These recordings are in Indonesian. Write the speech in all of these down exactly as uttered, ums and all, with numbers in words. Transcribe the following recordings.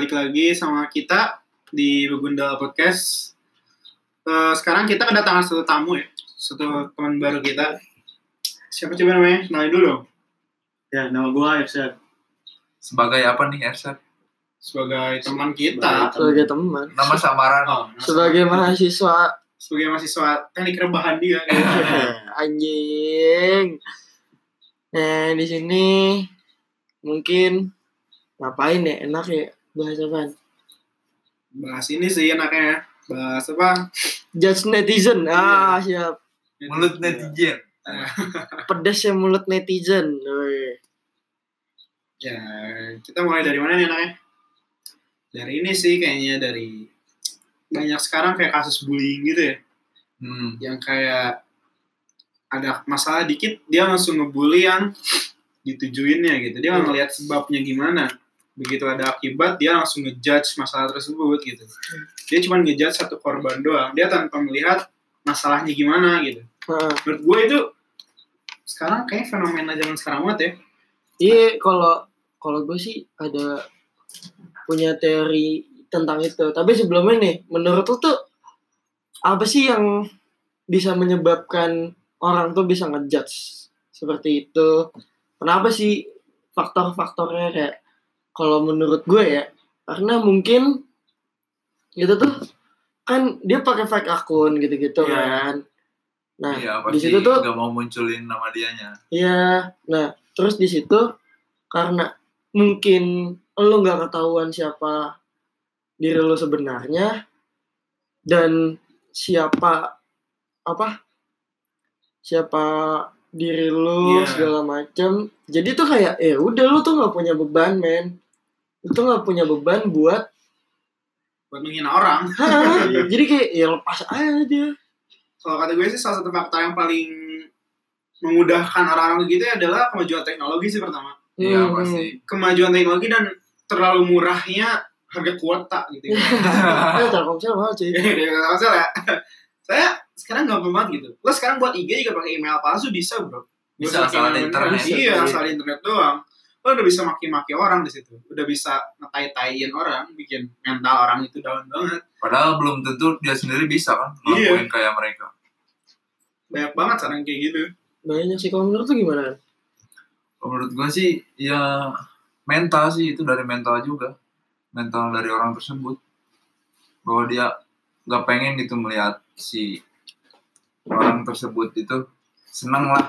balik lagi sama kita di Begundal Podcast. Uh, sekarang kita kedatangan satu tamu ya, satu teman baru kita. Siapa coba namanya? Kenalin dulu. Ya, nama gue Ersyad. Sebagai apa nih Ersyad? Sebagai teman kita. Sebagai teman. Nama samaran. Oh, sebagai samaran. mahasiswa. Sebagai mahasiswa teknik rebahan dia. Anjing. Nah, di sini mungkin ngapain ya? Enak ya bahas apaan? Bahas ini sih enaknya. Bahas apa? Judge netizen. Ah, siap. Mulut netizen. Pedas ya mulut netizen. Woy. Ya, kita mulai dari mana nih enaknya? Dari ini sih kayaknya dari banyak sekarang kayak kasus bullying gitu ya. Hmm. Yang kayak ada masalah dikit dia langsung ngebully yang ditujuinnya gitu. Dia nggak Hmm. ngeliat sebabnya gimana. Begitu ada akibat dia langsung ngejudge masalah tersebut gitu. Dia cuma ngejudge satu korban doang. Dia tanpa melihat masalahnya gimana gitu. Nah. Menurut gue itu sekarang kayak fenomena zaman sekarang banget ya. Iya, kalau kalau gue sih ada punya teori tentang itu. Tapi sebelumnya nih, menurut lu tuh apa sih yang bisa menyebabkan orang tuh bisa ngejudge seperti itu? Kenapa sih faktor-faktornya kayak kalau menurut gue ya? Karena mungkin itu tuh kan dia pakai fake akun gitu-gitu yeah. kan. Nah, iya, di situ tuh nggak mau munculin nama dianya. Iya. Nah, terus di situ karena mungkin lo nggak ketahuan siapa diri lo sebenarnya dan siapa apa siapa diri lo yeah. segala macam. Jadi tuh kayak eh udah lo tuh nggak punya beban men. Lo tuh nggak punya beban buat buat menghina orang. Jadi kayak ya lepas aja. Kalau kata gue sih salah satu faktor yang paling memudahkan orang-orang begitu adalah kemajuan teknologi sih pertama. Iya Hmm. pasti. Kemajuan teknologi dan terlalu murahnya harga kuota gitu. Ya Telkomsel mahal cuy. Telkomsel ya. Saya sekarang gampang banget gitu. Lo sekarang buat I G juga pakai email palsu bisa bro. Bisa asal ada internet. Iya asal ada internet doang. Lo udah bisa maki-maki orang di situ. Udah bisa ngetai-taiin orang, bikin mental orang itu down banget. Padahal belum tentu dia sendiri bisa kan ngelakuin Iya. kayak mereka. Banyak banget sekarang kayak gitu. Banyak sih. Kalau menurut tuh gimana? Menurut gue sih ya mental sih, itu dari mental juga. Mental dari orang tersebut. Bahwa dia gak pengen gitu melihat si orang tersebut itu seneng lah.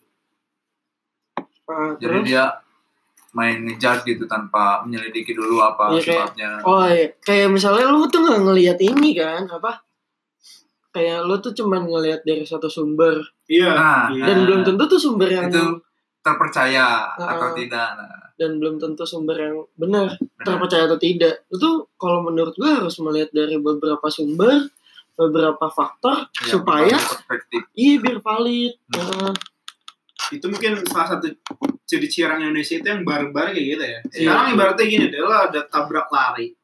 Uh, Jadi terus? dia main ngejudge gitu tanpa menyelidiki dulu apa ya, sebabnya. Kayak, oh iya, kayak misalnya lu tuh nggak ngelihat ini kan apa? Kayak lu tuh cuman ngelihat dari satu sumber. Iya. Nah, Dan nah, belum tentu tuh sumber yang itu terpercaya uh, atau tidak. Nah, dan belum tentu sumber yang benar, benar. terpercaya atau tidak. Itu kalau menurut gua harus melihat dari beberapa sumber, beberapa faktor Ya, supaya perspektif. iya biar valid. Hmm. Uh, Itu mungkin salah satu ciri-ciri orang Indonesia itu yang barbar kayak gitu ya. Iya. Sekarang ibaratnya gini deh, lo ada tabrak lari.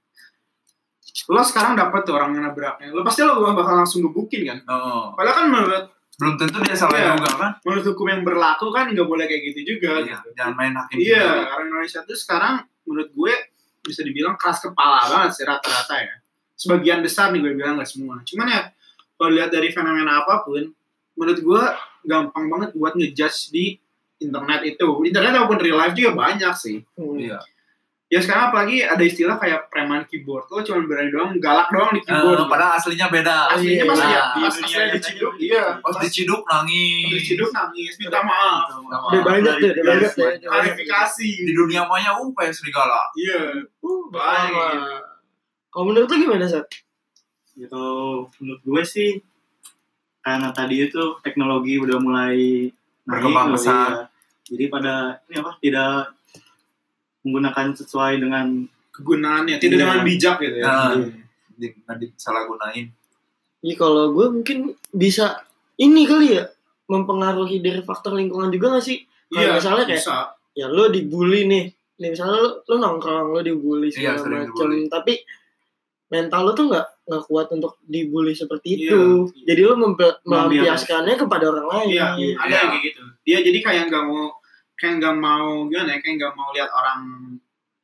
Lo sekarang dapat tuh orang yang nabraknya. Lo pasti lo bakal langsung gebukin kan. Oh, Padahal kan menurut belum tentu dia salah Iya. juga kan? menurut hukum yang berlaku kan nggak boleh kayak gitu juga. Iya, Gitu. jangan main hakim. Iya, sendiri. orang Indonesia tuh sekarang menurut gue bisa dibilang keras kepala banget sih rata-rata ya. Sebagian besar nih gue bilang nggak semua. Cuman ya kalau lihat dari fenomena apapun, menurut gue gampang banget buat ngejudge di internet itu. Internet maupun real life juga banyak sih. hmm. Iya. Ya sekarang apalagi ada istilah kayak preman keyboard. Lo cuma berani doang, galak doang di keyboard. Eh, padahal aslinya beda. Aslinya pas Nah, ya, di pas dunia aslinya nyata diciduk, juga. iya. Pas diciduk nangis. Pas diciduk nangis, minta maaf. Udah banyak deh, udah banyak deh. Klarifikasi. Di dunia maya uh kayak serigala. Iya. Uh, Baik. baik. Kalau menurut lu gimana, Sat? Ya, kalau menurut gue sih karena tadi itu teknologi udah mulai Berkembang loh, pesat. iya. Jadi pada ini apa tidak menggunakan sesuai dengan Kegunaannya, tidak Iya. dengan bijak gitu ya. Nah, Iya. di, di salah gunain. Ya kalau gue mungkin bisa ini kali ya mempengaruhi dari faktor lingkungan juga gak sih? Kayak Iya, misalnya kayak bisa. ya lo dibully nih, nih misalnya lo, lo nongkrong lo dibully Iya, segala sering macam, dibully. tapi mental lo tuh nggak nggak kuat untuk dibully seperti Iya. itu, jadi lo mempe- Melampiaskan. melampiaskannya kepada orang lain. Iya, Iya. ada yang kayak gitu. Dia jadi kayak nggak mau, kayak nggak mau gimana ya, kayak nggak mau lihat orang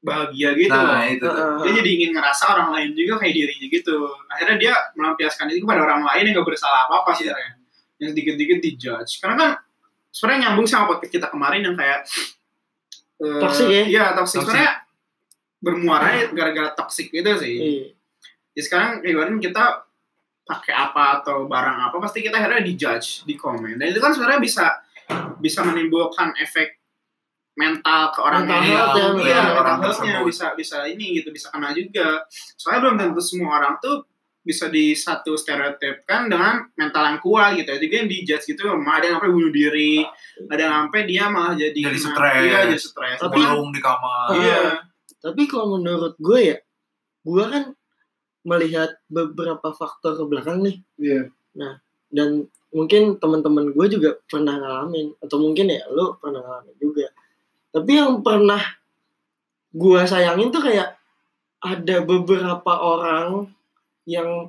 bahagia gitu loh. Nah, itu tuh. Heeh. Dia jadi ingin ngerasa orang lain juga kayak dirinya gitu. Akhirnya dia melampiaskan itu kepada orang lain yang gak bersalah apa-apa sebenarnya. Yang sedikit-sedikit dijudge. Karena kan sebenarnya nyambung sama podcast kita kemarin yang kayak eh, Toxic ya? Iya, toxic. Toxic. Sebenarnya bermuara gara-gara toxic itu sih. Iya. Ya sekarang ibaratnya kita pakai apa atau barang apa pasti kita akhirnya dijudge, di komen. Dan itu kan sebenarnya bisa bisa menimbulkan efek mental ke orang Mental yang health ya, iya, mental mental orang health-nya tersebut. bisa bisa ini gitu, bisa kena juga. Soalnya belum tentu semua orang tuh bisa di satu stereotipkan dengan mental yang kuat gitu. Jadi yang dijudge gitu, malah ada yang sampai bunuh diri, ada yang sampai dia malah jadi Jadi kena- stres. Iya, jadi stres. Tapi- Kurung di kamar. Ah. iya. Tapi kalau menurut gue ya, gue kan melihat beberapa faktor ke belakang nih. Iya. Dan mungkin teman-teman gue juga pernah ngalamin. Atau mungkin ya lo pernah ngalamin juga. Tapi yang pernah gue sayangin tuh kayak ada beberapa orang yang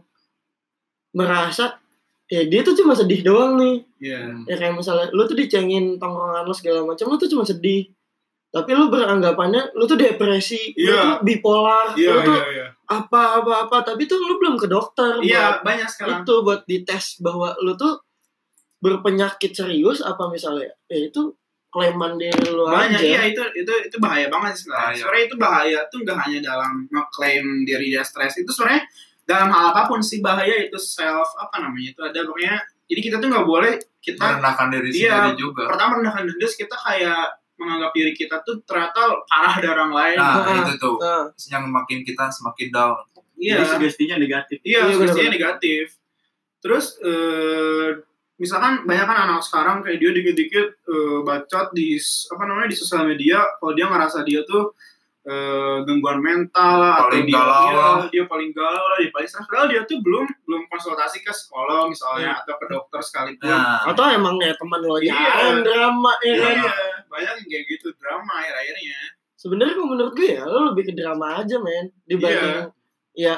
merasa ya dia tuh cuma sedih doang nih. Iya. Ya kayak misalnya lu tuh dicengin tongkrongan lo segala macam, lu tuh cuma sedih. Tapi lu beranggapannya lu tuh depresi, lu Iya. tuh bipolar, Iya, lu tuh iya, iya. apa apa apa. Tapi tuh lu belum ke dokter Iya, buat banyak sekarang. itu buat dites bahwa lu tuh berpenyakit serius apa misalnya. Ya itu klaiman diri lu Banyak, aja. iya itu itu itu bahaya banget sih sebenarnya. Bahaya. Sebenarnya itu bahaya tuh nggak hanya dalam ngeklaim diri dia stres, itu sebenarnya dalam hal apapun sih bahaya itu self apa namanya itu ada pokoknya. Jadi kita tuh nggak boleh kita Merendahkan diri Iya, sendiri juga. pertama merendahkan diri terus kita kayak menganggap diri kita tuh ternyata parah dari orang lain. Nah, Nah, itu tuh. Nah, Yang makin kita semakin down. Iya. Jadi sugestinya negatif. Iya, Iya, sugestinya benar-benar. negatif. Terus eh, misalkan banyak kan anak sekarang kayak dia dikit-dikit eh, bacot di s- apa namanya di sosial media kalau dia ngerasa dia tuh eh, gangguan mental lah atau Paling dia, galau dia, lah. dia paling galau lah, dia paling stres. Padahal dia tuh belum belum konsultasi ke psikolog misalnya atau ke dokter sekalipun. Nah, atau emang ya teman lo Iya. jangan drama ya Iya, kan. iya. Banyak yang kayak gitu drama akhir-akhirnya. Sebenarnya kalau menurut gue ya lo lebih ke drama aja men dibanding ya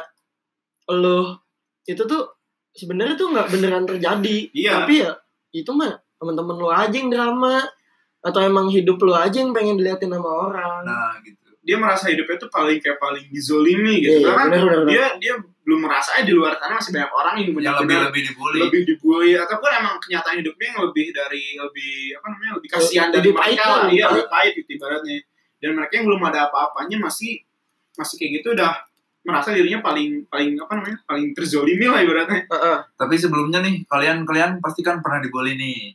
lo itu tuh sebenarnya tuh nggak beneran terjadi. Iya. Tapi ya itu mah teman-teman lo aja yang drama atau emang hidup lo aja yang pengen diliatin sama orang. nah gitu. Dia merasa hidupnya tuh paling kayak paling dizolimi gitu. Iya, Karena kan benar, benar, benar. dia dia belum merasa di luar sana masih banyak orang yang Yang benar-benar lebih-lebih dibully. lebih dibully ataupun emang kenyataan hidupnya yang lebih dari lebih apa namanya lebih kasihan dari Lebih pahit mereka lah, lah, lebih iya pahit. lebih pahit gitu ibaratnya. Dan mereka yang belum ada apa-apanya masih masih kayak gitu udah merasa dirinya paling paling apa namanya paling terzolimi lah ibaratnya. Heeh. Tapi sebelumnya nih, kalian-kalian pasti kan pernah dibully nih.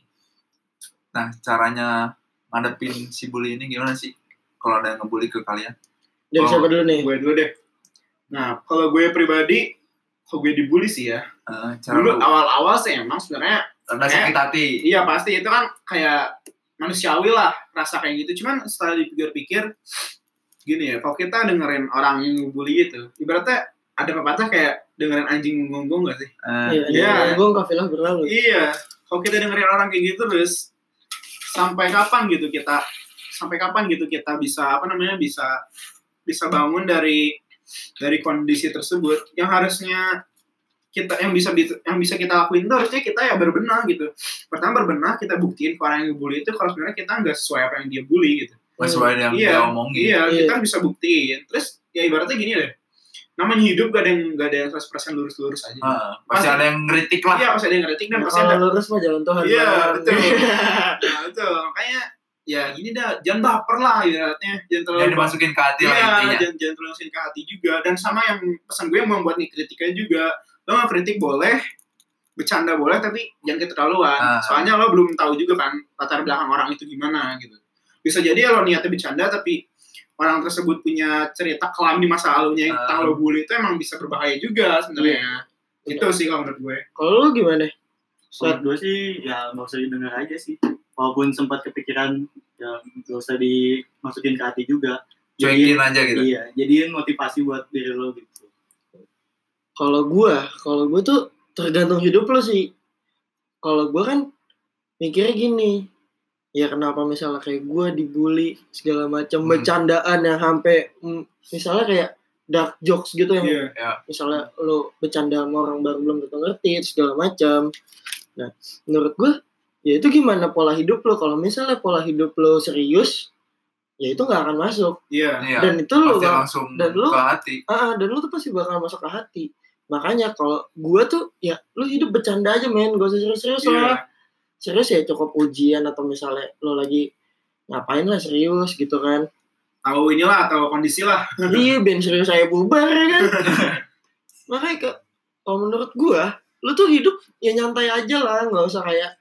Nah, caranya ngadepin si bully ini gimana sih? Kalau ada yang ngebully ke kalian? Dari Oh. siapa dulu nih? Gue dulu deh. Nah kalau gue pribadi kalau gue dibully sih ya Eh, cara dulu lu awal-awal sih emang sebenarnya rada sakit hati. iya pasti itu kan kayak manusiawi lah rasa kayak gitu. Cuman setelah dipikir-pikir gini ya, kalau kita dengerin orang yang ngebully gitu, ibaratnya ada pepatah kayak dengerin anjing menggonggong gak sih? Eh, Iya, Iya. iya. Gue kafilah berlalu. Iya, kalau kita dengerin orang kayak gitu terus sampai kapan gitu kita sampai kapan gitu kita bisa apa namanya bisa bisa bangun dari dari kondisi tersebut yang harusnya kita yang bisa yang bisa kita lakuin itu harusnya kita ya berbenah gitu. Pertama berbenah kita buktiin ke orang yang ngebully itu kalau sebenarnya kita nggak sesuai apa yang dia bully gitu. sesuai yang Iya, dia omongin. Iya, Iya. kita bisa buktiin. Terus ya ibaratnya gini deh. Namanya hidup gak ada yang gak ada yang seratus persen lurus-lurus aja. Ah, pasti Pasti- ada yang ngeritik lah. Iya, pasti ada yang kritik dan pasti Kalau ada. lurus mah jalan Tuhan. Iya, Bang. betul. Nah, betul. Makanya ya gini dah, jangan baper lah ibaratnya. Jangan terlalu Yang dimasukin ke hati lah Iya, intinya. jangan jangan terlalu masukin ke hati juga. Dan sama yang pesan gue yang membuat nih kritiknya juga. Lo nggak kritik boleh, bercanda boleh, tapi jangan keterlaluan. Ah. Soalnya lo belum tahu juga kan latar belakang orang itu gimana gitu. Bisa jadi lo niatnya bercanda tapi orang tersebut punya cerita kelam di masa lalunya yang Ah. tentang lo bully itu emang bisa berbahaya juga sebenarnya. Iya. Itu sih kalau menurut gue. Kalau lu gimana? Menurut gue sih ya nggak usah didengar aja sih. Walaupun sempat kepikiran ya nggak usah dimasukin ke hati juga. Cuekin aja gitu. Iya, jadiin motivasi buat diri lo gitu. Kalau gua, kalau gua tuh tergantung hidup lo sih. Kalau gua kan mikirnya gini, ya kenapa misalnya kayak gua dibully segala macam Hmm. bercandaan yang sampai mm, misalnya kayak dark jokes gitu yang Iya. misalnya lo bercanda sama orang baru belum tentu ngerti segala macam. Nah, menurut gua ya itu gimana pola hidup lo. Kalau misalnya pola hidup lo serius, ya itu nggak akan masuk. Iya. Iya. Dan itu lu Pasti bak- langsung dan lu- ke hati. ah, dan lu tuh pasti bakal masuk ke hati. Makanya kalau gua tuh ya lu hidup bercanda aja men, gak usah serius-serius Iya. lah. Serius ya cukup ujian atau misalnya lu lagi ngapain lah serius gitu kan. Tahu inilah, tahu kondisi lah. Iya, ben serius saya bubar ya kan. Makanya ke, kalau menurut gua, lu tuh hidup ya nyantai aja lah, nggak usah kayak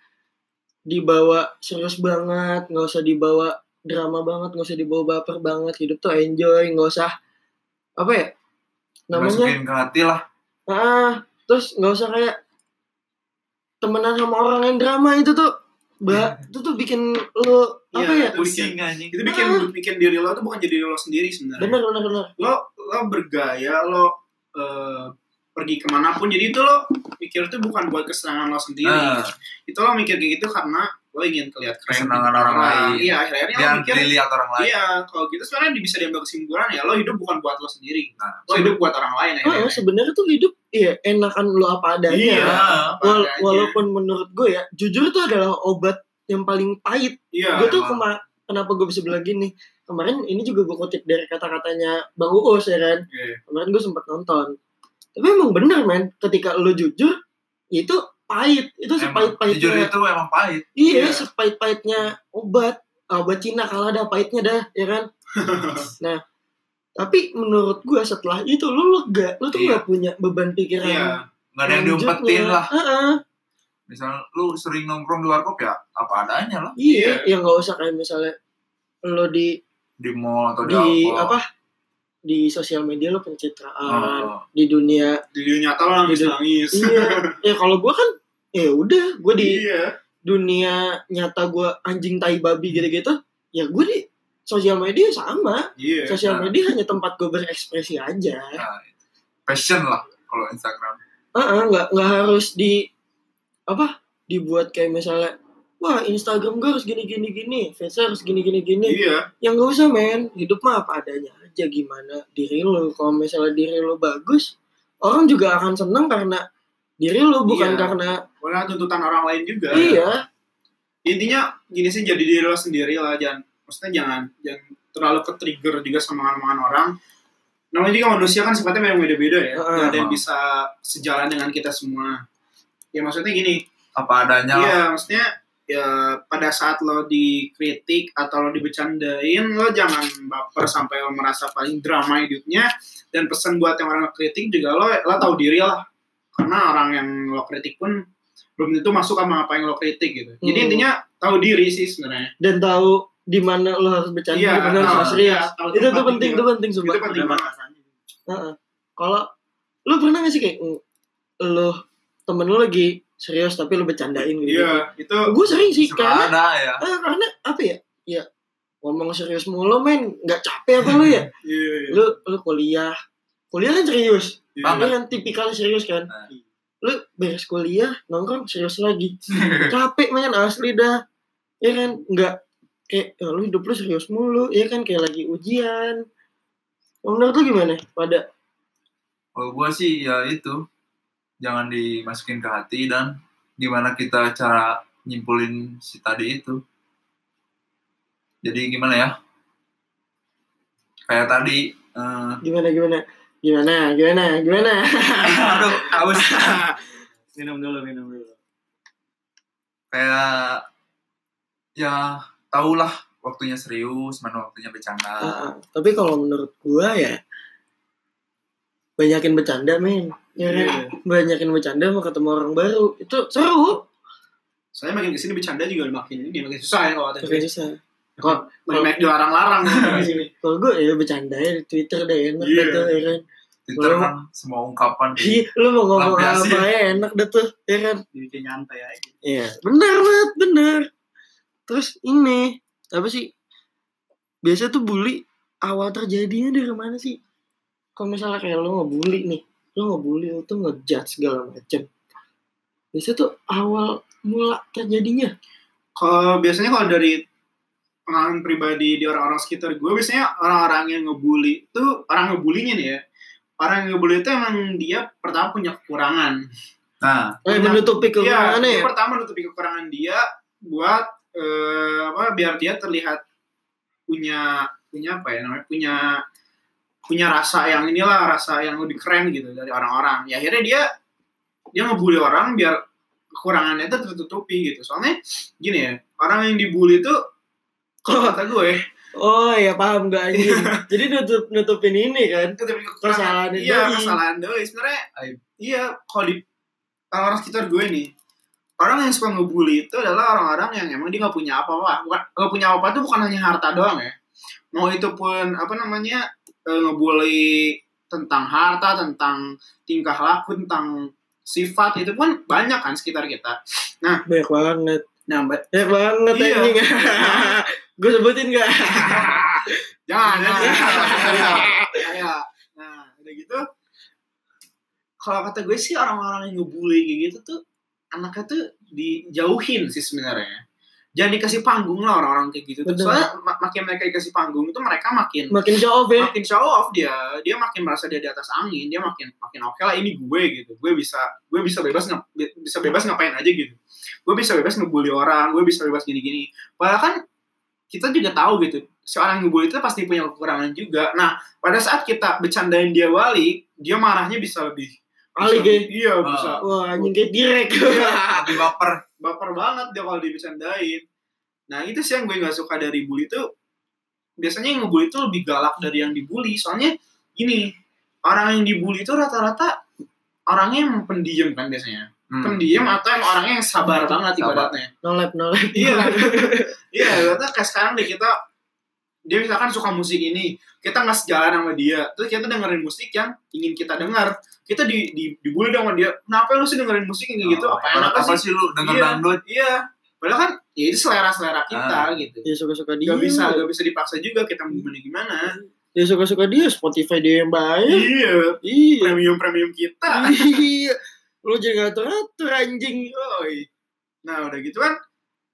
dibawa serius banget, nggak usah dibawa drama banget, nggak usah dibawa baper banget. Hidup tuh enjoy, nggak usah apa ya namanya. Masukin ke hati lah. Ah, terus nggak usah kayak temenan sama orang yang drama itu tuh, bah, itu tuh bikin lu apa Iya, ya? itu bikin- Pusing anjing. Itu bikin Ah. bikin diri lo tuh bukan jadi diri lo sendiri sebenarnya. Bener bener bener. Lo lo bergaya, lo eh, pergi kemanapun, jadi itu lo mikir tuh bukan buat kesenangan lo sendiri. Ah. Itu lo mikir kayak gitu karena lo ingin terlihat keren. Kesenangan orang lain. Iya, akhirnya lo Yang mikir. dilihat orang lain. Iya, kalau gitu sebenarnya bisa diambil kesimpulan ya lo hidup bukan buat lo sendiri. Nah, Lo hidup buat orang lain Ah, akhirnya. sebenarnya tuh hidup ya enakan lu apa adanya. Iya, apa Wal- adanya. walaupun menurut gue ya, jujur itu adalah obat yang paling pahit. Iya, gue tuh emang. kema- kenapa gue bisa bilang gini? Kemarin ini juga gue kutip dari kata-katanya Bang Uus ya kan. Iya. Kemarin gue sempat nonton. Tapi emang bener men, ketika lu jujur, ya itu pahit. Itu Emang, sepahit-pahitnya. jujur itu emang pahit. Iya, Iya. sepahit-pahitnya obat. Obat Cina kalah ada pahitnya dah, ya kan? Nah, tapi menurut gue setelah itu lu lega, lu tuh Iya. gak punya beban pikiran. Iya. Nggak ada yang lanjutnya. diumpetin lah. Heeh. Misal lu sering nongkrong di warkop ya apa adanya lah. Iya, Iya. yang nggak usah kayak misalnya lo di Di mall atau di, di apa. apa di sosial media lo pencitraan Oh. di dunia. Di dunia nyata lo nangis nangis. Iya, ya kalau gue kan ya udah gue di Iya. dunia nyata gue anjing tai babi gitu-gitu. Ya gue di sosial media sama. Iya. Sosial nah. media hanya tempat gue berekspresi aja. Nah, passion lah kalau Instagram. Heeh, nggak nggak harus di apa dibuat kayak misalnya wah Instagram gue harus gini gini gini, Face harus gini gini gini. Iya. Yang gak usah men, hidup mah apa adanya aja. Gimana diri lu, kalau misalnya diri lu bagus, orang juga akan seneng karena diri lu, bukan Iya. karena Karena tuntutan orang lain juga. iya. Intinya gini sih, jadi diri lo sendiri lah, jangan maksudnya jangan jangan terlalu ke-trigger juga sama omongan orang. Namanya juga manusia kan sifatnya memang beda-beda ya. Heeh. Gak ada yang bisa sejalan dengan kita semua. Ya maksudnya gini, Apa adanya lah. iya maksudnya ya pada saat lo dikritik atau lo dibecandain, lo jangan baper sampai lo merasa paling drama hidupnya. Dan pesan buat yang orang kritik juga, lo lo tahu diri lah, karena orang yang lo kritik pun belum tentu masuk sama apa yang lo kritik gitu. Jadi Hmm. intinya tahu diri sih sebenarnya. Dan tahu di mana lo harus bercanda, Iya, di mana lo tahu, harus serius. iya, tahu Itu tuh tempat penting, juga. itu penting sumpah. Itu penting Ada banget. batasannya. Heeh. Kalau lu pernah gak sih kayak mm, lo temen lu lagi serius tapi lu bercandain gitu? Iya, itu Gue sering sih Suka karena ada ya. ah, karena apa ya? Ya ngomong serius mulu men, nggak capek apa lu ya? iya, iya. Lu lu kuliah, kuliah kan serius, Iya. lu kan tipikal serius kan? Nah. Lu beres kuliah nongkrong serius lagi, capek men asli dah, ya kan? Nggak kayak ya, lu hidup lu serius mulu, ya kan kayak lagi ujian. Menurut lu gimana? Pada Kalau gue sih ya itu jangan dimasukin ke hati dan gimana kita cara nyimpulin si tadi itu. Jadi gimana ya? Kayak tadi. eh, gimana gimana gimana gimana gimana? aduh, haus. Minum dulu, minum dulu. Kayak ya tahulah waktunya serius, mana waktunya bercanda. Ah, ah. Tapi kalau menurut gua ya banyakin bercanda men, ya kan? Iya. Banyakin bercanda mau ketemu orang baru itu seru. Saya makin kesini bercanda juga makin ini makin susah ya kalau Tapi kata susah. Kalau makin banyak dilarang-larang di sini. kalau gue ya bercanda ya di Twitter deh enak Iya. deh tuh ya kan. Twitter Lu- kan semua ungkapan. Iya, lu mau ngomong Lampiasin. apa ya enak deh tuh ya kan. Jadi nyantai aja. Iya, benar banget, benar. Terus ini apa sih? Biasa tuh bully awal terjadinya dari mana sih? Kalau misalnya kayak lo ngebully nih, lo ngebully lo tuh ngejudge segala macem. Biasa tuh awal mula terjadinya. Kalau biasanya kalau dari pengalaman pribadi di orang-orang sekitar gue, biasanya orang-orang yang ngebully itu orang ngebulinya nih ya. Orang yang ngebully itu emang dia pertama punya kekurangan. Nah, Eh, Punya- menutupi Iya, kekurangannya dia ya. pertama nutupi kekurangan dia buat eh, apa biar dia terlihat punya punya apa ya namanya punya punya rasa yang inilah rasa yang lebih keren gitu dari orang-orang. Ya akhirnya dia dia ngebully orang biar kekurangannya itu tertutupi gitu. Soalnya gini ya, orang yang dibully itu kalau kata gue, Oh ya paham gak anjing. Jadi nutup nutupin ini kan. tertutupi Kesalahan kekurangan. Iya, doi. kesalahan doi. Sebenarnya Aib. iya kalau di orang sekitar gue nih, orang yang suka ngebully itu adalah orang-orang yang emang dia nggak punya apa-apa. Bukan nggak punya apa-apa itu bukan hanya harta doang ya. Mau itu pun apa namanya eh, ngebully tentang harta, tentang tingkah laku, tentang sifat itu pun banyak kan sekitar kita. Nah, Banyak banget. nah, ba- Banyak banget Iya. anjing. Gue sebutin gak? jangan, jangan. Kayak, nah, udah gitu. Kalau kata gue sih orang-orang yang ngebully kayak gitu tuh anaknya tuh dijauhin sih sebenarnya. Jangan dikasih panggung lah orang-orang kayak gitu. Tuh. Bener. Soalnya mak- makin mereka dikasih panggung itu mereka makin Makin show off ya. makin show off dia. Dia makin merasa dia di atas angin. Dia makin makin oke lah ini gue gitu. Gue bisa gue bisa bebas ngap, bisa bebas ngapain aja gitu. Gue bisa bebas ngebully orang. Gue bisa bebas gini-gini. Padahal kan kita juga tahu gitu. Seorang ngebully itu pasti punya kekurangan juga. Nah pada saat kita bercandain dia balik, dia marahnya bisa lebih Kali bisa- kayak. Iya bisa. Wah anjing kayak direk. Lebih baper. Baper banget dia kalau dibercandain. Nah itu sih yang gue nggak suka dari bully itu. Biasanya yang ngebully itu lebih galak dari yang dibully. Soalnya gini, orang yang dibully itu rata-rata orangnya yang pendiam kan biasanya. Hmm. Pendiam atau yang orangnya yang sabar banget Sabar. ibaratnya. Nolep nolep. Iya. Iya, ibaratnya kayak sekarang deh kita dia misalkan suka musik ini, kita nggak sejalan sama dia, terus kita dengerin musik yang ingin kita dengar, kita di, di dibully dong sama dia, kenapa lu sih dengerin musik yang kayak gitu, Oh, apa ibarat enak apa sih? sih lu denger Iya. dangdut? Iya, padahal kan ya itu selera-selera kita Ah. gitu. Ya suka-suka dia. Gak bisa, gak bisa dipaksa juga kita mau gimana-gimana. Ya suka-suka dia. Spotify dia yang bayar. Iya, Iya. premium-premium kita. Iya. Lu jangan ngatur-ngatur anjing. Yoi. Nah udah gitu kan,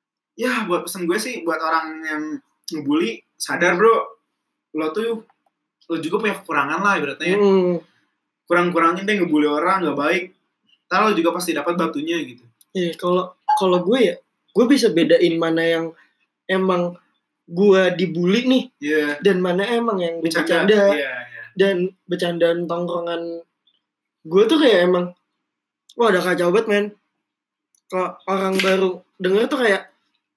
ya buat pesan gue sih, buat orang yang ngebully, sadar bro, lo tuh, lo juga punya kekurangan lah ibaratnya. Hmm. Kurang-kurangin deh ngebully orang, gak baik. Ntar lo juga pasti dapat batunya gitu. Iya, kalau kalau gue ya, gue bisa bedain mana yang emang gue dibully nih Iya. dan mana emang yang gue Bercanda. bercanda. Iya, iya. Dan bercandaan tongkrongan gue tuh kayak emang wah udah kacau banget men. Kalau orang baru denger tuh kayak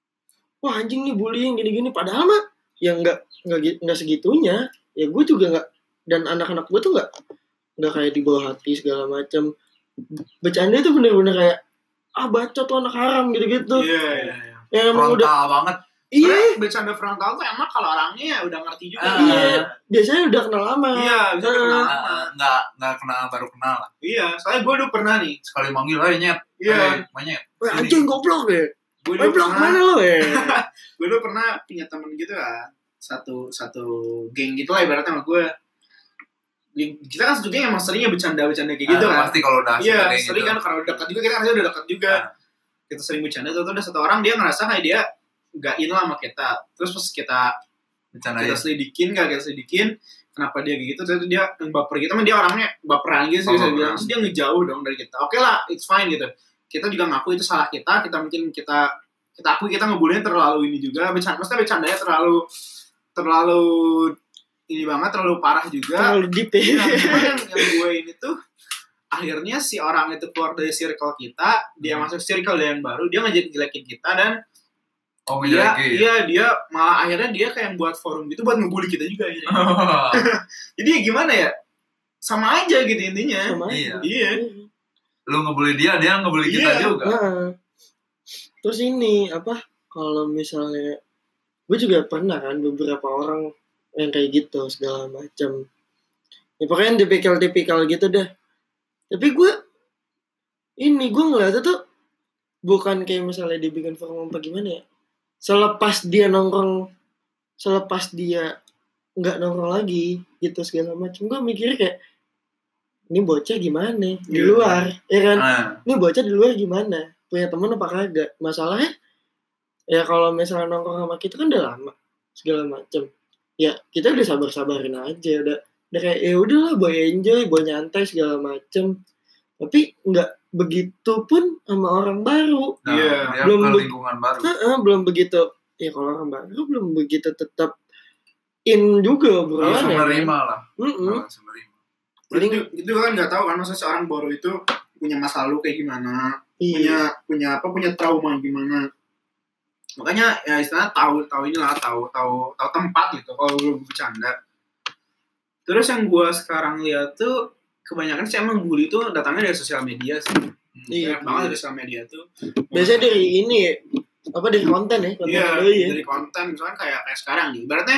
wah anjing nih bullying gini-gini, padahal mah ya nggak nggak gi- nggak segitunya. Ya gue juga nggak, dan anak-anak gue tuh nggak nggak kayak di bawah hati segala macam. Bercanda itu bener-bener kayak ah bacot tuh anak haram gitu-gitu. Iya, iya, iya. Yang emang udah Frontal banget. iya Sebenarnya bercanda frontal tuh emang kalau orangnya ya udah ngerti juga. Ah. Iya, iya biasanya udah kenal lama. iya bisa Heeh. kenal. Ah, nggak nggak kenal baru kenal lah. Iya, soalnya gue dulu pernah nih. Sekali manggil aja nyet. Iya. Eh, monyet. Wah Sini. anjing goblok ya. Gue Wah dulu blok pernah. mana lo ya? Gue dulu pernah punya temen gitu kan. Satu satu geng gitu lah ibaratnya sama gue. Geng- Kita kan satu geng emang seringnya bercanda-bercanda kayak gitu Ah, kan. Pasti kalau udah asik Iya, kayak sering gitu. kan kalau udah dekat juga kita kan udah dekat juga. Ah. Kita sering bercanda tuh ada satu orang dia ngerasa kayak dia gak in lah sama kita. Terus pas kita Bercandain. kita selidikin, gak kita selidikin kenapa dia kayak gitu, terus dia yang baper gitu, emang dia orangnya baperan gitu sih Oh, saya baperan. bilang, terus dia ngejauh dong dari kita. Oke lah, it's fine gitu. Kita juga ngaku itu salah kita, kita mungkin kita kita akui kita ngebullying terlalu ini juga, bercanda, maksudnya bercandanya terlalu terlalu ini banget, terlalu parah juga. Terlalu deep ya. Nah, cuma yang, yang gue ini tuh akhirnya si orang itu keluar dari circle kita, dia Hmm. masuk circle yang baru, dia ngejelekin kita dan Oh, dia ngejelekin. iya dia malah akhirnya dia kayak buat forum gitu buat ngebully kita juga akhirnya. Jadi ya gimana ya? Sama aja gitu intinya. Sama Iya. aja. Iya. Lu ngebully dia, dia ngebully kita Iya. juga. Heeh. Terus ini apa? Kalau misalnya gue juga pernah kan beberapa orang yang kayak gitu segala macam. Ya pokoknya tipikal-tipikal gitu dah. Tapi gue ini gue ngeliatnya tuh bukan kayak misalnya dibikin forum apa gimana ya. Selepas dia nongkrong, selepas dia nggak nongkrong lagi gitu segala macam, gue mikirnya kayak ini bocah gimana di Iya. luar, ya kan? Nah, Ini bocah di luar gimana? Punya temen apa kagak? Masalahnya ya kalau misalnya nongkrong sama kita kan udah lama segala macem. Ya kita udah sabar-sabarin aja, udah udah kayak ya udahlah boy enjoy, boy nyantai segala macem. Tapi nggak begitu pun sama orang baru. nah Iya. dia Belum ke be- lingkungan baru. Heeh, belum begitu. Ya kalau orang baru belum begitu tetap in juga bro. Langsung ya, menerima lah. Mm-mm. Langsung menerima. Jadi itu kan nggak tahu kan masa seorang baru itu punya masa lalu kayak gimana, Iya. punya punya apa punya trauma gimana. Makanya ya istilahnya tahu tahu inilah tahu tahu tahu tempat gitu kalau lu bercanda. Terus yang gua sekarang lihat tuh kebanyakan sih emang bully tuh datangnya dari sosial media sih. Iya. Banyak banget dari sosial media tuh. Biasanya dari ini ya, apa dari konten ya, konten Iya, doi ya. dari konten misalnya kayak kayak sekarang nih. Ibaratnya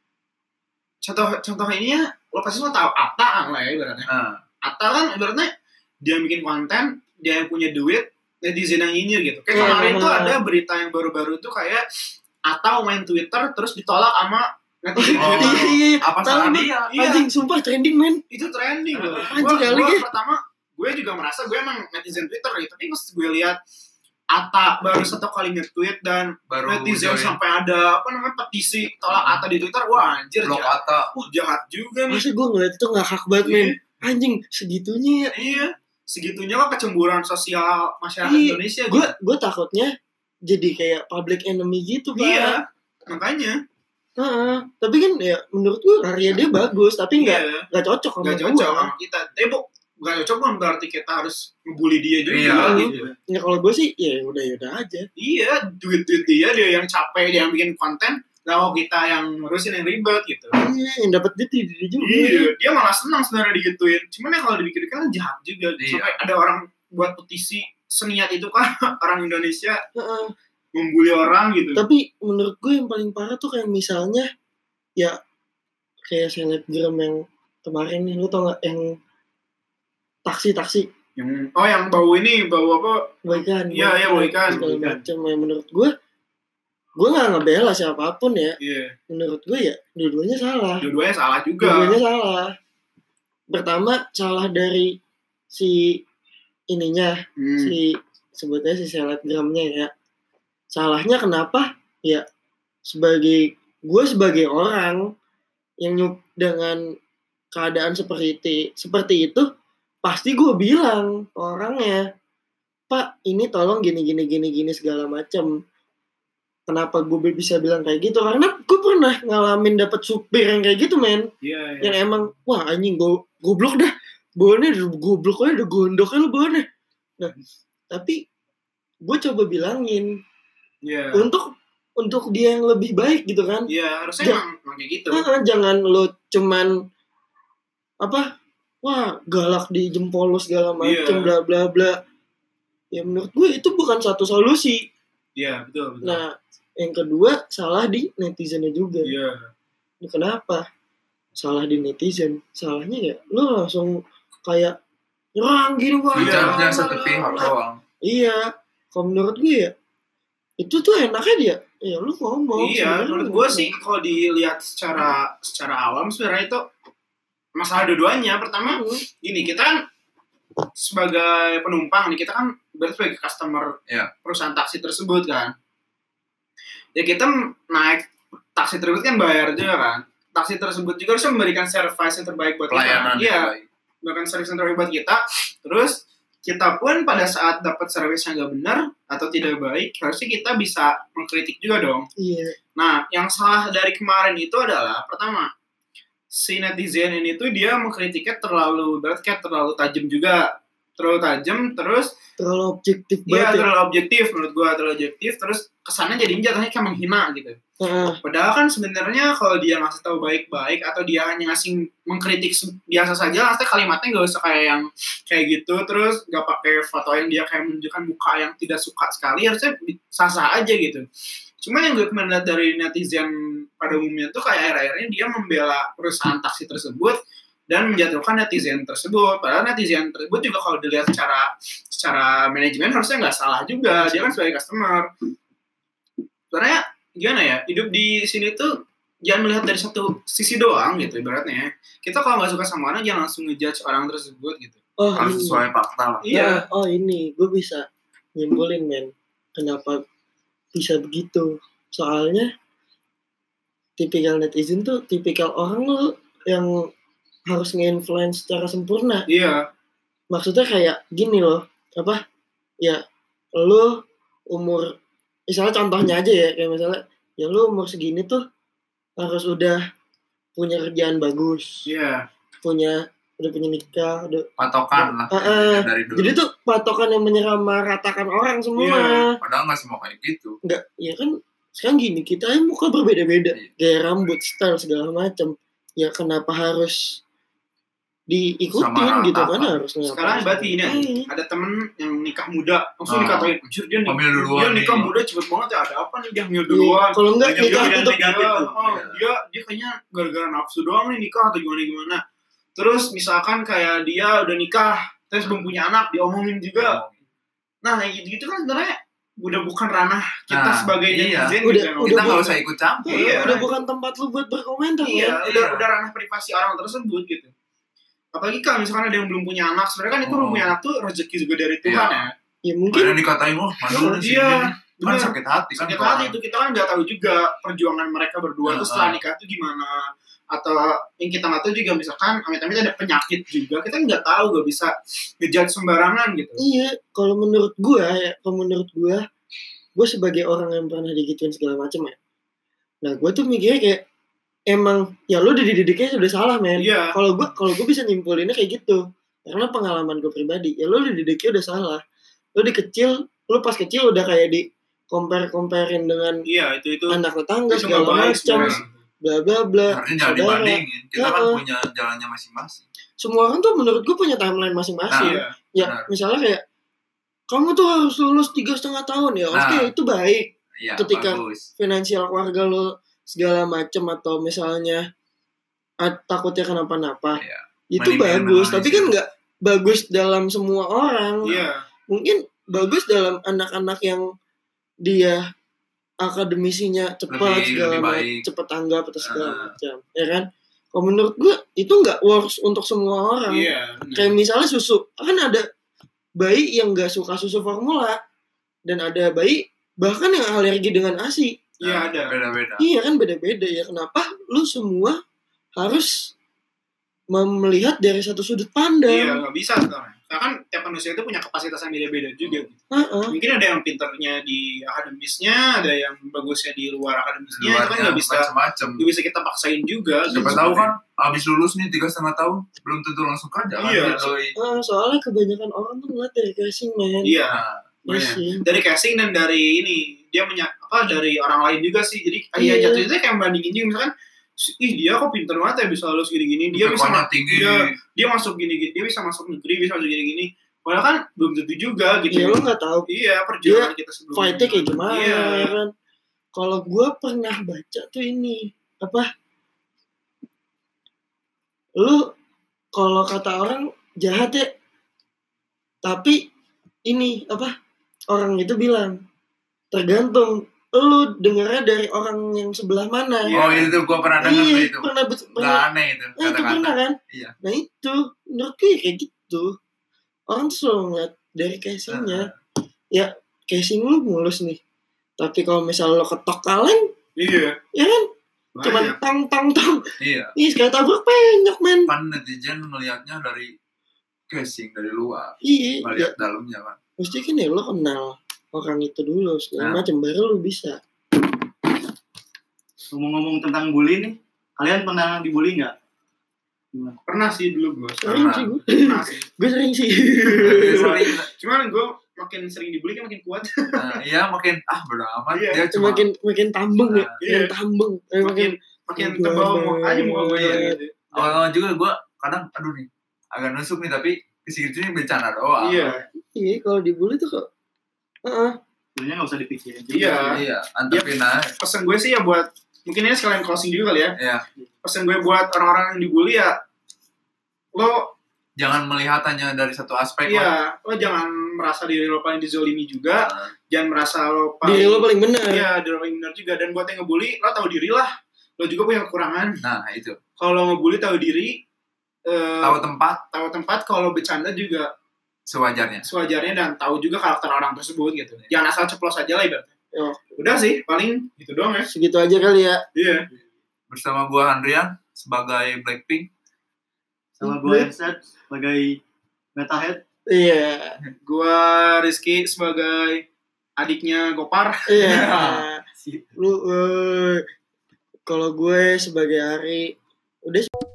contoh contoh ini ya, lo pasti lo tahu Atta lah ya ibaratnya. Nah, Atta kan ibaratnya dia bikin konten, dia yang punya duit, netizen yang nyinyir gitu. Kayak Iya, kemarin tuh bener. ada berita yang baru-baru tuh kayak Atta main Twitter terus ditolak sama netizen Oh. Twitter. Iya, iya, apa tahu salah gua. dia? Iya. Anjing, sumpah trending men. Itu trending loh. Anjing Gua, kali gua ya. pertama gue juga merasa gue emang netizen Twitter gitu. Tapi pas gue lihat Atta baru satu kali nge-tweet dan Baru netizen join. sampai ada apa namanya petisi tolak Atta di Twitter. Wah anjir Blok jahat, Atta. jahat juga nih. Masa gue ngeliat itu ngakak banget men. Anjing, segitunya ya. Iya, segitunya kok kecemburuan sosial masyarakat Iya, Indonesia. Gue gue takutnya jadi kayak public enemy gitu Pak. Iya, makanya. Heeh. Tapi kan ya menurut gue karya dia bagus, tapi nggak Iya, nggak cocok sama nggak cocok gua. sama kita. Eh bu, nggak cocok bukan berarti kita harus ngebully dia juga. Iya. Gitu. Ya kalau gue sih ya udah ya udah aja. Iya, duit-duit dia, dia yang capek, dia yang bikin konten. Gak mau kita yang ngurusin yang ribet gitu. Iya, yang dapat duit dia dia juga. Iya, dia malah senang sebenarnya digituin. Cuman ya kalau dipikir-pikir kan jahat juga. Iya. Sampai ada orang buat petisi seniat itu kan orang Indonesia Heeh. membuli orang gitu. Tapi menurut gue yang paling parah tuh kayak misalnya ya kayak selebgram yang kemarin nih, lu tau gak yang taksi-taksi Yang oh yang bau ini, bau apa? boykan, Iya, iya, boykan, segala boykan. macam. Ya menurut gue gue nggak ngebela siapapun ya. Iya, Menurut gue ya dua-duanya salah. dua-duanya salah juga. Dua-duanya salah. Pertama salah dari si ininya, Hmm. si sebutnya si selebgramnya ya. Salahnya kenapa? Ya sebagai gue sebagai orang yang nyup dengan keadaan seperti itu, seperti itu pasti gue bilang ke orangnya, Pak ini tolong gini gini gini gini segala macam. Kenapa gue bisa bilang kayak gitu? Karena gue pernah ngalamin dapet supir yang kayak gitu men, Iya, iya. yang emang wah anjing go goblok dah, bawaannya udah goblok aja, udah gondoknya lu bawaannya. Nah tapi gue coba bilangin Iya. untuk untuk dia yang lebih baik gitu kan. Iya, harusnya Ja- emang, emang kayak gitu. Ah, jangan lo cuman apa wah galak di jempol lo segala macem Iya. bla bla bla. Ya menurut gue itu bukan satu solusi. Iya, betul, betul. Nah yang kedua salah di netizennya juga. Iya. Ini kenapa salah di netizen? Salahnya ya lo langsung kayak nyerang gitu wah. Bicaranya Iya. satu pihak doang. Iya. Kalau menurut gue ya itu tuh enaknya dia ya lu ngomong. Iya, sebenarnya menurut lu gue ngomong. sih kalau dilihat secara secara awam sebenarnya itu masalah dua-duanya. Pertama, Hmm. gini, kita kan sebagai penumpang nih, kita kan berarti sebagai customer Iya. perusahaan taksi tersebut kan. Ya kita naik taksi tersebut kan bayar juga kan. Taksi tersebut juga harus memberikan service yang terbaik buat Pelayanan kita. Iya, yang baik. memberikan service yang terbaik buat kita. Terus kita pun pada saat dapat service yang nggak benar atau tidak baik, harusnya kita bisa mengkritik juga dong. Iya. Nah, yang salah dari kemarin itu adalah pertama, si netizen ini tuh dia mengkritiknya terlalu berat, kayak terlalu tajam juga, terlalu tajam, terus Terlalu objektif dia banget. ya. terlalu objektif menurut gua, terlalu objektif, terus kesannya jadinya jatuhnya kayak menghina gitu. Heeh. Padahal kan sebenarnya kalau dia ngasih tahu baik-baik atau dia hanya ngasih mengkritik se- biasa saja, pasti kalimatnya nggak usah kayak yang kayak gitu, terus nggak pakai foto yang dia kayak menunjukkan muka yang tidak suka sekali, harusnya sah-sah aja gitu. Cuma yang gue kemarin lihat dari netizen pada umumnya tuh kayak akhir-akhirnya dia membela perusahaan taksi tersebut dan menjatuhkan netizen tersebut. Padahal netizen tersebut juga kalau dilihat secara secara manajemen harusnya nggak salah juga. Dia kan sebagai customer. Sebenarnya gimana ya, hidup di sini tuh jangan melihat dari satu sisi doang gitu ibaratnya. Kita kalau nggak suka sama orang jangan langsung ngejudge orang tersebut gitu. Oh, Harus ini. sesuai fakta lah. Iya. Nah, oh ini gue bisa nyimpulin men kenapa bisa begitu. Soalnya tipikal netizen tuh tipikal orang lu yang harus nge-influence secara sempurna. Iya. Maksudnya kayak gini loh, apa? Ya lu umur misalnya contohnya aja ya, kayak misalnya ya lu umur segini tuh harus udah punya kerjaan bagus, Iya. punya udah punya nikah, udah Patokan lah Uh, uh, dari dulu. jadi tuh patokan yang menyamaratakan orang semua. Iya. Padahal nggak semua kayak gitu. Enggak, ya kan sekarang gini, kita yang muka berbeda-beda, Iya. gaya rambut, style segala macam. Ya kenapa harus diikutin Sama gitu rata kan apa? harusnya. Sekarang berarti ini aja, Eh, ada temen yang nikah muda, langsung Ah. dikatain, anjir dia, nik- Hamil duluan dia nikah nih. muda cepet banget ya, ada apa nih dia hamil iya. duluan. Kalau enggak Banyak nikah juga yang tutup. negatif Dia, tuh. oh, dia dia kayaknya gara-gara nafsu doang nih nikah atau gimana gimana. Terus misalkan kayak dia udah nikah, terus belum punya anak, diomongin juga. Nah, kayak gitu-gitu kan sebenarnya udah bukan ranah kita Nah, sebagai iya. netizen Udah- gitu ya. udah Kita nggak bukan- usah ikut campur. Iya. Udah bukan tempat lu buat berkomentar Iya, ya. udah Iya. udah ranah privasi orang tersebut gitu. Apalagi kalau misalkan ada yang belum punya anak, sebenarnya kan itu Oh. belum punya anak tuh rezeki juga dari Tuhan Iya. ya. Ya mungkin Kadang dikatain, wah mana Oh, lu sih iya, gini. Kan bener. sakit hati kan. Sakit kalau hati itu kita kan nggak tahu juga perjuangan mereka berdua Nah, tuh setelah ah. nikah itu gimana, atau yang kita nggak tahu juga misalkan amit-amit ada penyakit juga, kita nggak tahu, nggak bisa ngejudge sembarangan gitu. iya, kalau menurut gua ya, kalau menurut gua, gua sebagai orang yang pernah digituin segala macam ya. Nah, gua tuh mikirnya kayak emang ya lu dididiknya udah salah, men. Iya. Kalau gua kalau gua bisa nyimpulinnya kayak gitu. Karena pengalaman gue pribadi, ya lu dididiknya udah salah. Lu di kecil, lu pas kecil udah kayak di compare-comparein dengan Iya, itu itu anak tetangga itu nggak segala baik macam, sebenarnya. bla bla bla. harusnya jangan saudara. dibandingin. Kita kan Heeh. punya jalannya masing-masing. Semua orang tuh menurut gue punya timeline masing-masing. Iya. Ya, benar. misalnya kayak kamu tuh harus lulus tiga setengah tahun ya, oke Nah. itu baik. Iya, Ketika- bagus. Finansial keluarga lo segala macam atau misalnya ah, takutnya kenapa-napa, Iya. itu Bandingin bagus. dengan Tapi kan nggak bagus dalam semua orang. Iya. Mungkin bagus dalam anak-anak yang dia akademisinya cepat Lebih- segala lebih macam, baik. cepat tanggap atau segala Ah. macam, ya kan? Kalau menurut gua itu nggak works untuk semua orang. Iya. benar. Kayak misalnya susu, kan ada bayi yang nggak suka susu formula dan ada bayi bahkan yang alergi dengan ASI. Iya, ada. Beda-beda. Iya kan beda-beda ya. Kenapa lu semua harus melihat dari satu sudut Iya, pandang? nggak bisa sekarang. Karena kan tiap manusia itu punya kapasitas yang beda-beda juga. Gitu. Heeh. Mungkin ada yang pinternya di akademisnya, ada yang bagusnya di luar akademisnya. Itu kan Luarnya nggak bisa, macam-macam. nggak bisa kita paksain juga. Siapa gitu tahu kan sebenarnya. abis lulus nih tiga setengah tahun belum tentu langsung kerja kan. Iya. Doi. Ah, soalnya kebanyakan orang tuh ngeliat dari casing, men. Iya. Nah, Iya. Casing. Dari casing dan dari ini dia punya apa dari orang lain juga sih. Jadi kayak Iya. jatuhnya kayak bandingin juga misalkan, ih dia kok pinter banget ya bisa lulus gini-gini, dia bisa Pokoknya ma- tinggi. dia, dia masuk gini-gini, dia bisa masuk negeri, bisa masuk gini-gini. Padahal kan belum tentu juga gitu. Iya, lu nggak tahu Iya, perjuangan kita sebelumnya. fight-nya kayak gimana, Iya. ya kan? Kalau gue pernah baca tuh ini apa? Lu kalau kata orang jahat ya, tapi ini apa? Orang itu bilang tergantung lu dengarnya dari orang yang sebelah mana. Iya. Oh itu gua pernah dengar tuh Iya, itu. pernah bet- Gak pernah. aneh itu Nah, itu pernah kata-kata. kan? Iya. Nah itu menurut gue kayak gitu. Orang tuh selalu ngeliat dari casingnya. Ya casing lu mulus nih. Tapi kalau misal lo ketok kaleng, Iya. ya kan? Cuman Banyak. tang tang tang. Iya. Ih, sekali tabrak penyok, men. Kan netizen melihatnya dari casing dari luar, Iya, ya, melihat dalamnya kan. mesti kan ya lo kenal orang itu dulu segala Nah. macam baru lo bisa. Ngomong-ngomong tentang bully nih, kalian pernah dibully nggak? Gimana? Pernah sih dulu gue. Sering Pernah. sih gue. Pernah sih. Gue sering sih. Sering, Cuman gue makin sering dibully kan makin kuat. nah, iya makin ah bodo amat Iya. dia cuma makin makin tambeng ya, Nah, makin iya. tambeng. Eh, makin Makin Gua tebal mau aja muka gue ya. banget. Gitu. awal-awal juga gue kadang aduh nih agak nusuk nih tapi kesini bercanda doang. Iya. iya kalau dibully tuh kok. Heeh. Sebenarnya nggak usah dipikirin juga. Iya. Iya, antepin aja. Pesan gue sih ya buat, mungkin ini sekalian closing juga kali ya. Iya. Pesan gue buat orang-orang yang dibully ya, lo Jangan melihat hanya dari satu aspek lah. iya, lo jangan merasa diri lo paling dizolimi juga, Nah, jangan merasa lo paling Diri lo paling benar. iya, diri lo paling benar juga. Dan buat yang ngebully, lo tahu diri lah. Lo juga punya kekurangan. nah itu. Kalau lo ngebully tahu diri, eh, Tahu tempat tahu tempat. Kalau bercanda juga sewajarnya. sewajarnya dan tahu juga karakter orang tersebut gitu. Jangan asal ceplos aja lah ibaratnya. Oh. Udah sih, paling gitu doang ya. Segitu aja kali ya. Iya. Bersama gua Andrian sebagai Blackpink. Sama gue Headset sebagai Metahead. Iya. Gua Rizky sebagai adiknya Gopar. Iya. Lu eh, kalau gue sebagai Ari Udah